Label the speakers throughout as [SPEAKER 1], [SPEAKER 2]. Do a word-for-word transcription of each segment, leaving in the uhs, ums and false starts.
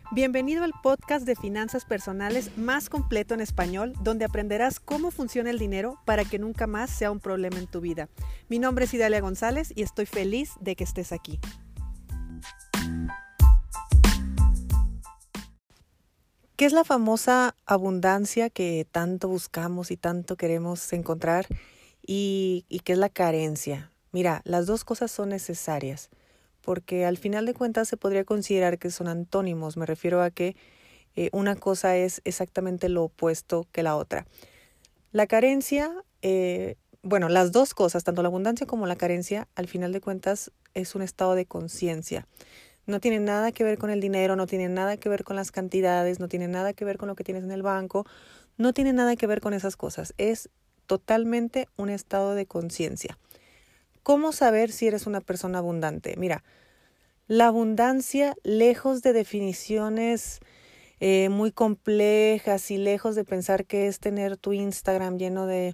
[SPEAKER 1] Bienvenido al podcast de finanzas personales más completo en español, donde aprenderás cómo funciona el dinero para que nunca más sea un problema en tu vida. Mi nombre es Idalia González y estoy feliz de que estés aquí. ¿Qué es la famosa abundancia que tanto buscamos y tanto queremos encontrar? ¿Y, y qué es la carencia? Mira, las dos cosas son necesarias, porque al final de cuentas se podría considerar que son antónimos. Me refiero a que eh, una cosa es exactamente lo opuesto que la otra. La carencia, eh, bueno, las dos cosas, tanto la abundancia como la carencia, al final de cuentas es un estado de conciencia. No tiene nada que ver con el dinero, no tiene nada que ver con las cantidades, no tiene nada que ver con lo que tienes en el banco, no tiene nada que ver con esas cosas. Es totalmente un estado de conciencia. ¿Cómo saber si eres una persona abundante? Mira, la abundancia, lejos de definiciones eh, muy complejas y lejos de pensar que es tener tu Instagram lleno de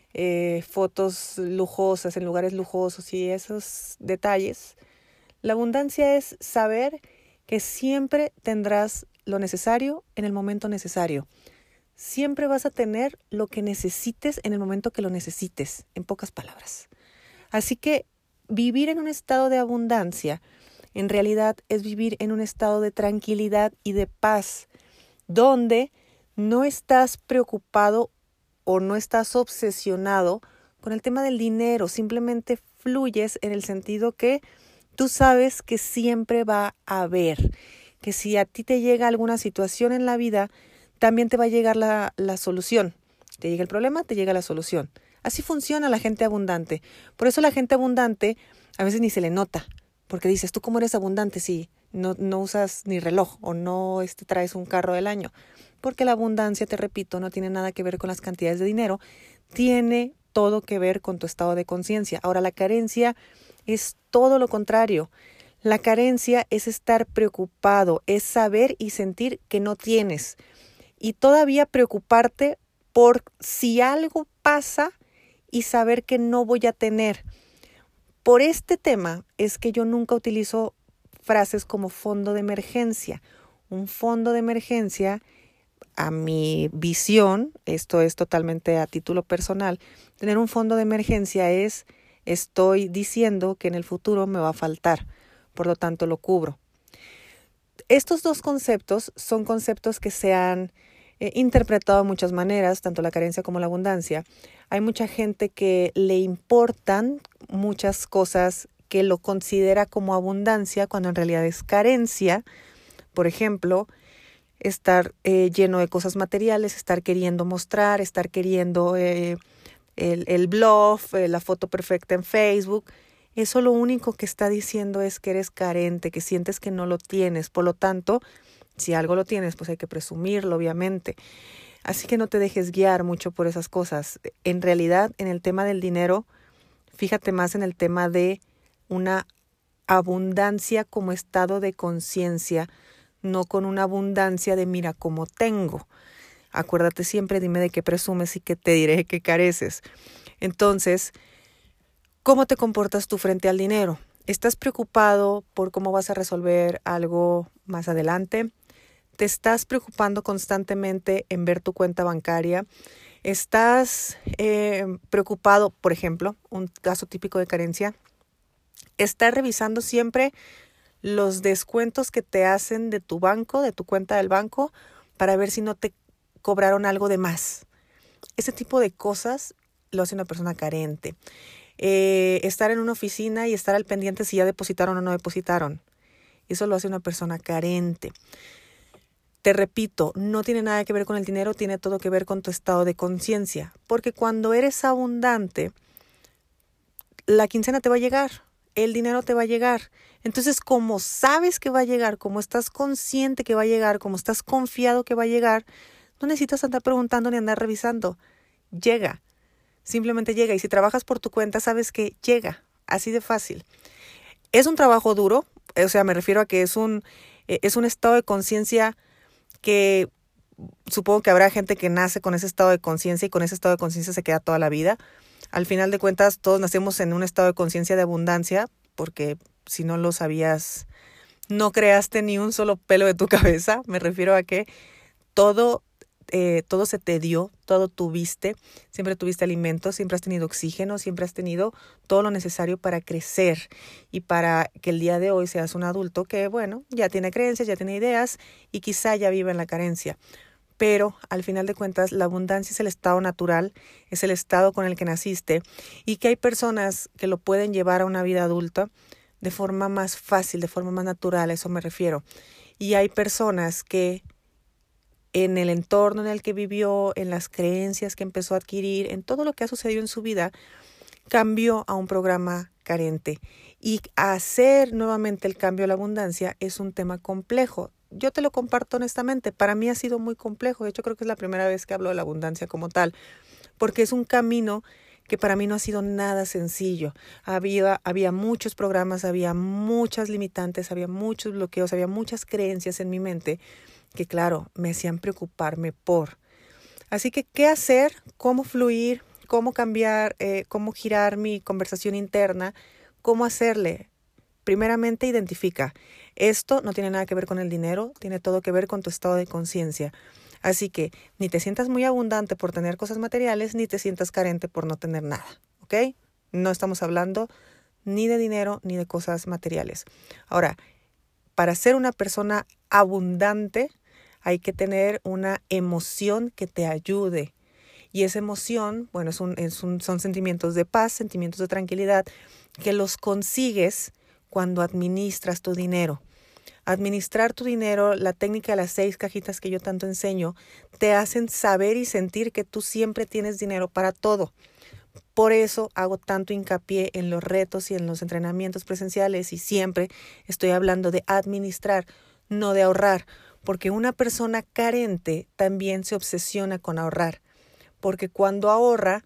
[SPEAKER 1] eh, fotos lujosas en lugares lujosos y esos detalles, la abundancia es saber que siempre tendrás lo necesario en el momento necesario. Siempre vas a tener lo que necesites en el momento que lo necesites, en pocas palabras. Así que vivir en un estado de abundancia, en realidad es vivir en un estado de tranquilidad y de paz, donde no estás preocupado o no estás obsesionado con el tema del dinero, simplemente fluyes en el sentido que tú sabes que siempre va a haber, que si a ti te llega alguna situación en la vida, también te va a llegar la, la solución. Te llega el problema, te llega la solución. Así funciona la gente abundante. Por eso la gente abundante a veces ni se le nota, porque dices, ¿tú cómo eres abundante si no, no usas ni reloj o no este, traes un carro del año? Porque la abundancia, te repito, no tiene nada que ver con las cantidades de dinero, tiene todo que ver con tu estado de conciencia. Ahora, la carencia es todo lo contrario. La carencia es estar preocupado, es saber y sentir que no tienes y todavía preocuparte por si algo pasa y saber que no voy a tener. Por este tema es que yo nunca utilizo frases como fondo de emergencia. Un fondo de emergencia, a mi visión, esto es totalmente a título personal, tener un fondo de emergencia es, estoy diciendo que en el futuro me va a faltar, por lo tanto lo cubro. Estos dos conceptos son conceptos que se han eh, interpretado de muchas maneras, tanto la carencia como la abundancia. Hay mucha gente que le importan muchas cosas que lo considera como abundancia cuando en realidad es carencia. Por ejemplo, estar eh, lleno de cosas materiales, estar queriendo mostrar, estar queriendo eh, el, el bluff, eh, la foto perfecta en Facebook. Eso lo único que está diciendo es que eres carente, que sientes que no lo tienes. Por lo tanto, si algo lo tienes, pues hay que presumirlo, obviamente. Así que no te dejes guiar mucho por esas cosas. En realidad, en el tema del dinero, fíjate más en el tema de una abundancia como estado de conciencia, no con una abundancia de mira cómo tengo. Acuérdate siempre, dime de qué presumes y que te diré que careces. Entonces, ¿cómo te comportas tú frente al dinero? ¿Estás preocupado por cómo vas a resolver algo más adelante? ¿Te estás preocupando constantemente en ver tu cuenta bancaria? ¿Estás eh, preocupado, por ejemplo, un caso típico de carencia? ¿Estás revisando siempre los descuentos que te hacen de tu banco, de tu cuenta del banco, para ver si no te cobraron algo de más? Ese tipo de cosas lo hace una persona carente. Eh, estar en una oficina y estar al pendiente si ya depositaron o no depositaron. Eso lo hace una persona carente. Te repito, no tiene nada que ver con el dinero, tiene todo que ver con tu estado de conciencia. Porque cuando eres abundante, la quincena te va a llegar, el dinero te va a llegar. Entonces, como sabes que va a llegar, como estás consciente que va a llegar, como estás confiado que va a llegar, no necesitas andar preguntando ni andar revisando. Llega, simplemente llega. Y si trabajas por tu cuenta, sabes que llega, así de fácil. Es un trabajo duro, o sea, me refiero a que es un, eh, es un estado de conciencia que supongo que habrá gente que nace con ese estado de conciencia y con ese estado de conciencia se queda toda la vida. Al final de cuentas, todos nacemos en un estado de conciencia de abundancia, porque si no lo sabías no creaste ni un solo pelo de tu cabeza. Me refiero a que todo, eh, todo se te dio, todo tuviste, siempre tuviste alimento, siempre has tenido oxígeno, siempre has tenido todo lo necesario para crecer y para que el día de hoy seas un adulto que, bueno, ya tiene creencias, ya tiene ideas y quizá ya vive en la carencia. Pero al final de cuentas la abundancia es el estado natural, es el estado con el que naciste y que hay personas que lo pueden llevar a una vida adulta de forma más fácil, de forma más natural, a eso me refiero. Y hay personas que en el entorno en el que vivió, en las creencias que empezó a adquirir, en todo lo que ha sucedido en su vida, cambió a un programa carente. Y hacer nuevamente el cambio a la abundancia es un tema complejo. Yo te lo comparto honestamente, para mí ha sido muy complejo. De hecho, creo que es la primera vez que hablo de la abundancia como tal, porque es un camino que para mí no ha sido nada sencillo. Había, había muchos programas, había muchas limitantes, había muchos bloqueos, había muchas creencias en mi mente que, claro, me hacían preocuparme por. Así que, ¿qué hacer? ¿Cómo fluir? ¿Cómo cambiar? Eh, ¿Cómo girar mi conversación interna? ¿Cómo hacerle? Primeramente, identifica. Esto no tiene nada que ver con el dinero, tiene todo que ver con tu estado de conciencia. Así que ni te sientas muy abundante por tener cosas materiales, ni te sientas carente por no tener nada, ¿ok? No estamos hablando ni de dinero ni de cosas materiales. Ahora, para ser una persona abundante, hay que tener una emoción que te ayude. Y esa emoción, bueno, es un, es un, son sentimientos de paz, sentimientos de tranquilidad, que los consigues cuando administras tu dinero. Administrar tu dinero, la técnica de las seis cajitas que yo tanto enseño, te hacen saber y sentir que tú siempre tienes dinero para todo. Por eso hago tanto hincapié en los retos y en los entrenamientos presenciales y siempre estoy hablando de administrar, no de ahorrar, porque una persona carente también se obsesiona con ahorrar, porque cuando ahorra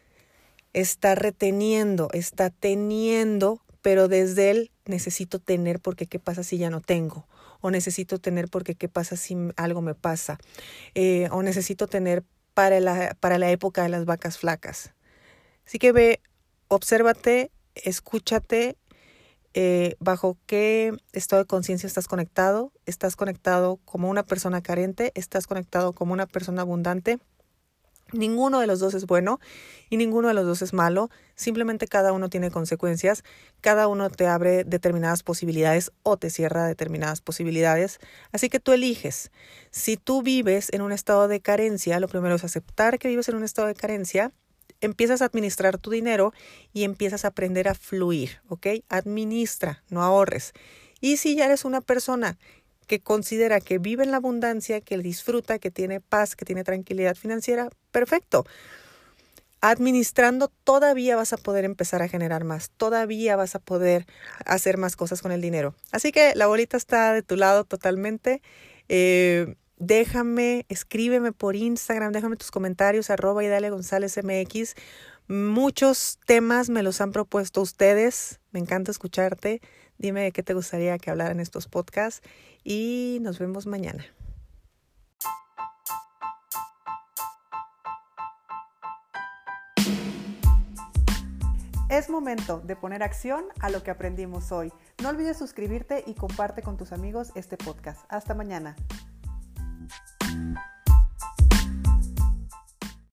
[SPEAKER 1] está reteniendo, está teniendo, pero desde él necesito tener porque qué pasa si ya no tengo, o necesito tener porque qué pasa si algo me pasa, eh, o necesito tener para la, para la época de las vacas flacas. Así que ve, obsérvate, escúchate, eh, bajo qué estado de conciencia estás conectado. ¿Estás conectado como una persona carente? ¿Estás conectado como una persona abundante? Ninguno de los dos es bueno y ninguno de los dos es malo. Simplemente cada uno tiene consecuencias. Cada uno te abre determinadas posibilidades o te cierra determinadas posibilidades. Así que tú eliges. Si tú vives en un estado de carencia, lo primero es aceptar que vives en un estado de carencia. Empiezas a administrar tu dinero y empiezas a aprender a fluir, ¿ok? Administra, no ahorres. Y si ya eres una persona que considera que vive en la abundancia, que disfruta, que tiene paz, que tiene tranquilidad financiera, perfecto. Administrando todavía vas a poder empezar a generar más, todavía vas a poder hacer más cosas con el dinero. Así que la bolita está de tu lado totalmente. Eh, déjame, escríbeme por Instagram, déjame tus comentarios, arroba Idalia González M X. Muchos temas me los han propuesto ustedes, me encanta escucharte. Dime de qué te gustaría que hablara en estos podcasts y nos vemos mañana. Es momento de poner acción a lo que aprendimos hoy. No olvides suscribirte y comparte con tus amigos este podcast. Hasta mañana.